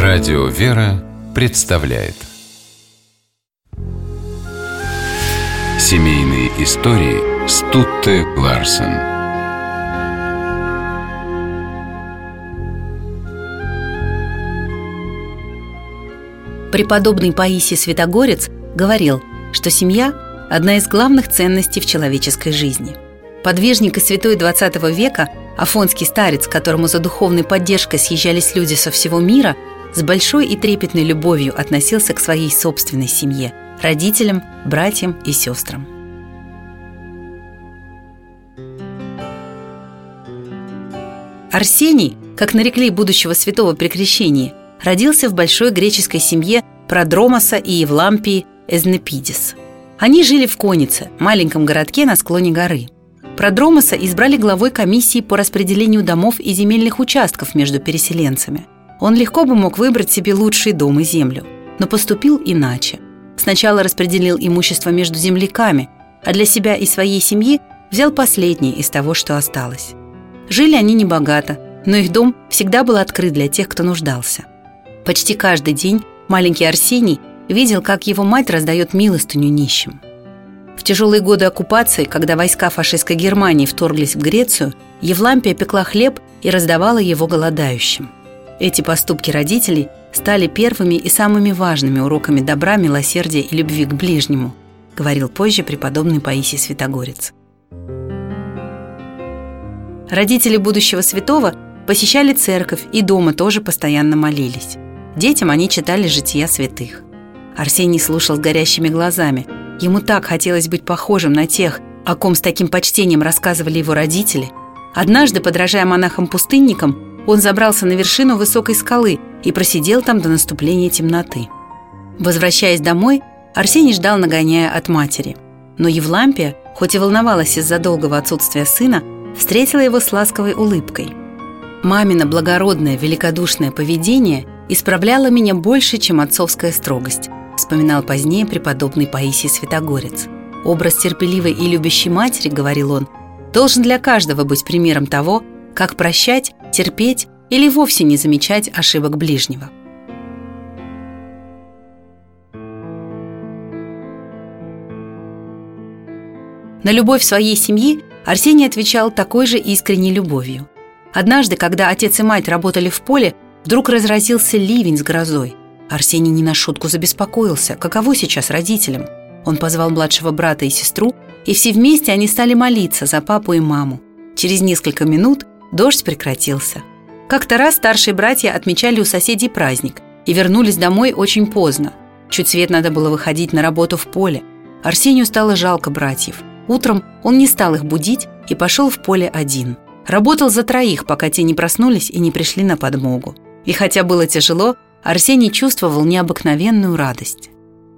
Радио «Вера» представляет семейные истории Стутте Ларсен. Преподобный Паисий Святогорец говорил, что семья – одна из главных ценностей в человеческой жизни. Подвижник и святой XX века, афонский старец, к которому за духовной поддержкой съезжались люди со всего мира, с большой и трепетной любовью относился к своей собственной семье, родителям, братьям и сестрам. Арсений, как нарекли будущего святого при крещении, родился в большой греческой семье Продромоса и Евлампии Эзнепидис. Они жили в Конице, маленьком городке на склоне горы. Продромоса избрали главой комиссии по распределению домов и земельных участков между переселенцами. Он легко бы мог выбрать себе лучший дом и землю, но поступил иначе. Сначала распределил имущество между земляками, а для себя и своей семьи взял последнее из того, что осталось. Жили они небогато, но их дом всегда был открыт для тех, кто нуждался. Почти каждый день маленький Арсений видел, как его мать раздает милостыню нищим. В тяжелые годы оккупации, когда войска фашистской Германии вторглись в Грецию, Евлампия пекла хлеб и раздавала его голодающим. Эти поступки родителей стали первыми и самыми важными уроками добра, милосердия и любви к ближнему, говорил позже преподобный Паисий Святогорец. Родители будущего святого посещали церковь и дома тоже постоянно молились. Детям они читали жития святых. Арсений слушал с горящими глазами. Ему так хотелось быть похожим на тех, о ком с таким почтением рассказывали его родители. Однажды, подражая монахам-пустынникам, он забрался на вершину высокой скалы и просидел там до наступления темноты. Возвращаясь домой, Арсений ждал, нагоняя от матери. Но Евлампия, хоть и волновалась из-за долгого отсутствия сына, встретила его с ласковой улыбкой. «Мамино благородное, великодушное поведение исправляло меня больше, чем отцовская строгость», вспоминал позднее преподобный Паисий Святогорец. «Образ терпеливой и любящей матери, — говорил он, — должен для каждого быть примером того, как прощать, терпеть или вовсе не замечать ошибок ближнего». На любовь своей семьи Арсений отвечал такой же искренней любовью. Однажды, когда отец и мать работали в поле, вдруг разразился ливень с грозой. Арсений не на шутку забеспокоился, каково сейчас родителям. Он позвал младшего брата и сестру, и все вместе они стали молиться за папу и маму. Через несколько минут дождь прекратился. Как-то раз старшие братья отмечали у соседей праздник и вернулись домой очень поздно. Чуть свет надо было выходить на работу в поле. Арсению стало жалко братьев. Утром он не стал их будить и пошел в поле один. Работал за троих, пока те не проснулись и не пришли на подмогу. И хотя было тяжело, Арсений чувствовал необыкновенную радость.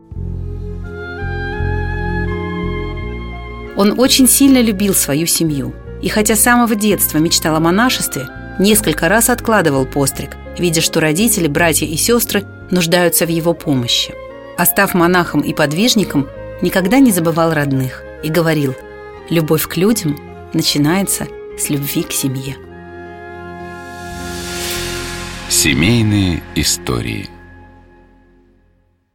Он очень сильно любил свою семью. И хотя с самого детства мечтал о монашестве, несколько раз откладывал постриг, видя, что родители, братья и сестры нуждаются в его помощи. А став монахом и подвижником, никогда не забывал родных и говорил: «Любовь к людям начинается с любви к семье». Семейные истории.